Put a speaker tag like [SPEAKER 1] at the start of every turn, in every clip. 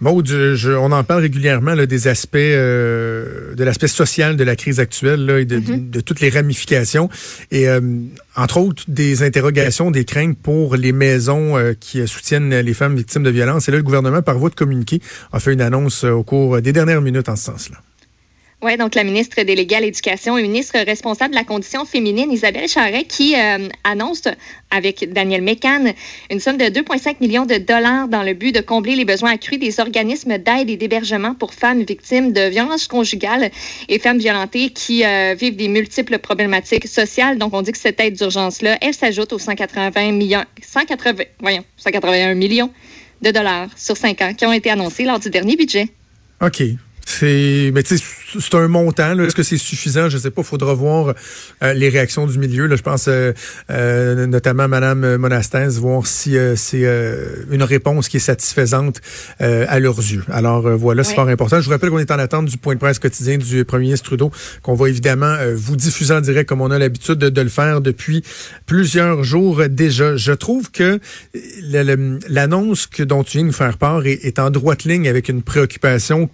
[SPEAKER 1] Maud, on en parle régulièrement là, des aspects, de l'aspect social de la crise actuelle là, et de toutes les ramifications. Et entre autres, des interrogations, des craintes pour les maisons qui soutiennent les femmes victimes de violences. Et là, le gouvernement, par voie de communiqué, a fait une annonce au cours des dernières minutes en ce sens-là.
[SPEAKER 2] Oui, donc la ministre déléguée à l'Éducation et ministre responsable de la condition féminine, Isabelle Charret, qui annonce avec Daniel Mécan une somme de 2,5 millions de dollars dans le but de combler les besoins accrus des organismes d'aide et d'hébergement pour femmes victimes de violences conjugales et femmes violentées qui vivent des multiples problématiques sociales. Donc, on dit que cette aide d'urgence-là, elle s'ajoute aux 181 millions de dollars sur 5 ans qui ont été annoncés lors du dernier budget.
[SPEAKER 1] OK. Mais tu sais, c'est un montant. Là. Est-ce que c'est suffisant? Je sais pas. Il faudra voir les réactions du milieu. Là. Je pense notamment à Mme Monastès, voir si c'est une réponse qui est satisfaisante à leurs yeux. Alors voilà, c'est fort important. Je vous rappelle qu'on est en attente du point de presse quotidien du premier ministre Trudeau, qu'on va évidemment vous diffuser en direct comme on a l'habitude de le faire depuis plusieurs jours déjà. Je trouve que l'annonce dont tu viens de nous faire part est en droite ligne avec une préoccupation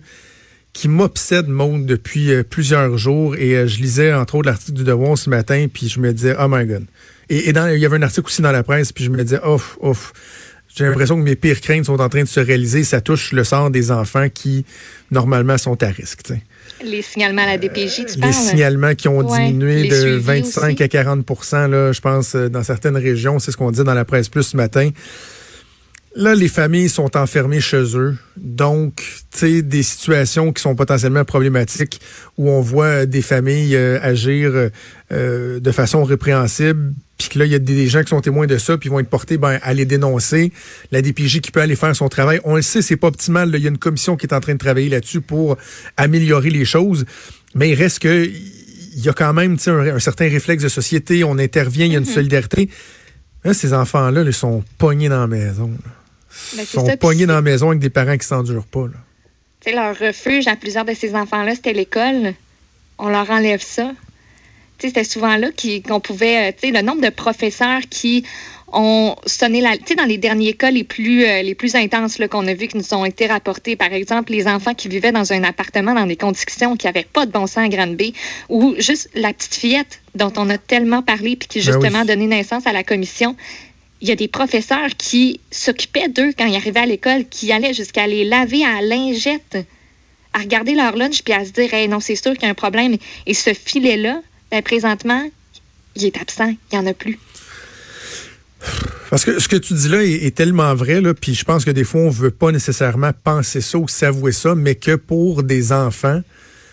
[SPEAKER 1] qui m'obsède, Maud, depuis plusieurs jours. Et je lisais, entre autres, l'article du Devoir ce matin, puis je me disais, oh my God. Et il y avait un article aussi dans la presse, puis je me disais, ouf. J'ai l'impression que mes pires craintes sont en train de se réaliser. Ça touche le sort des enfants qui, normalement, sont à risque. T'sais.
[SPEAKER 2] Les signalements à la DPJ, tu parles?
[SPEAKER 1] Les signalements qui ont diminué de 25 à 40 % là, je pense, dans certaines régions. C'est ce qu'on dit dans la presse plus ce matin. Là, les familles sont enfermées chez eux. Donc, tu sais, des situations qui sont potentiellement problématiques où on voit des familles agir de façon répréhensible. Puis que là, il y a des gens qui sont témoins de ça, puis ils vont être portés à les dénoncer. La DPJ qui peut aller faire son travail. On le sait, c'est pas optimal. Là. Il y a une commission qui est en train de travailler là-dessus pour améliorer les choses. Mais il reste que il y a quand même un certain réflexe de société. On intervient, il y a une solidarité. Là, ces enfants-là, ils sont pognés dans la maison. Là. Ils sont pognés dans la maison avec des parents qui s'endurent pas.
[SPEAKER 2] Là. Leur refuge à plusieurs de ces enfants-là, c'était l'école. On leur enlève ça. T'sais, c'était souvent là qu'on pouvait... le nombre de professeurs qui ont sonné dans les derniers cas les plus intenses là, qu'on a vus, qui nous ont été rapportés. Par exemple, les enfants qui vivaient dans un appartement dans des conditions qui n'avaient pas de bon sens à Granby, ou juste la petite fillette dont on a tellement parlé puis qui justement a donné naissance à la commission. Il y a des professeurs qui s'occupaient d'eux quand ils arrivaient à l'école, qui allaient jusqu'à les laver à la lingette, à regarder leur lunch puis à se dire hey, « non, c'est sûr qu'il y a un problème ». Et ce filet-là, présentement, il est absent, il n'y en a plus.
[SPEAKER 1] Parce que ce que tu dis là est tellement vrai, là, puis je pense que des fois, on ne veut pas nécessairement penser ça ou s'avouer ça, mais que pour des enfants,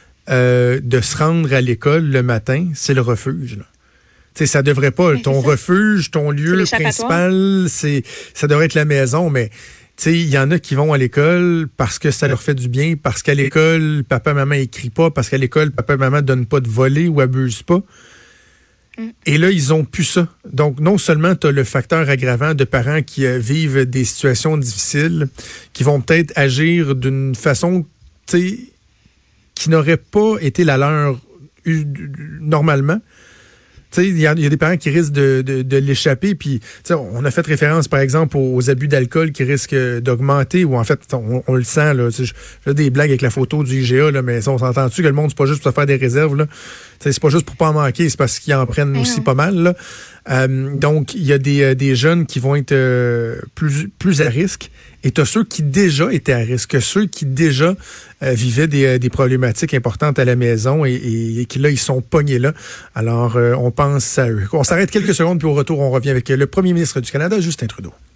[SPEAKER 1] de se rendre à l'école le matin, c'est le refuge, là. T'sais, ça devrait pas. Ton refuge, ton lieu principal, ça devrait être la maison, mais il y en a qui vont à l'école parce que ça leur fait du bien, parce qu'à l'école, papa, maman écrit pas, parce qu'à l'école, papa, maman donne pas de volets ou abuse pas. Et là, ils ont plus ça. Donc, non seulement tu as le facteur aggravant de parents qui vivent des situations difficiles, qui vont peut-être agir d'une façon, qui n'aurait pas été la leur normalement. Il y a des parents qui risquent de l'échapper. Puis, on a fait référence, par exemple, aux abus d'alcool qui risquent d'augmenter. Ou en fait, on le sent. Là, je fais des blagues avec la photo du IGA, là, mais on s'entend-tu que le monde, c'est pas juste pour se faire des réserves. Là. C'est pas juste pour pas en manquer, c'est parce qu'ils en prennent aussi pas mal. Là. Donc, il y a des jeunes qui vont être plus à risque. Et tu as ceux qui déjà étaient à risque, ceux qui déjà vivaient des problématiques importantes à la maison et qui, là, ils sont pognés là. Alors, on pense à eux. On s'arrête quelques secondes, puis au retour, on revient avec le premier ministre du Canada, Justin Trudeau.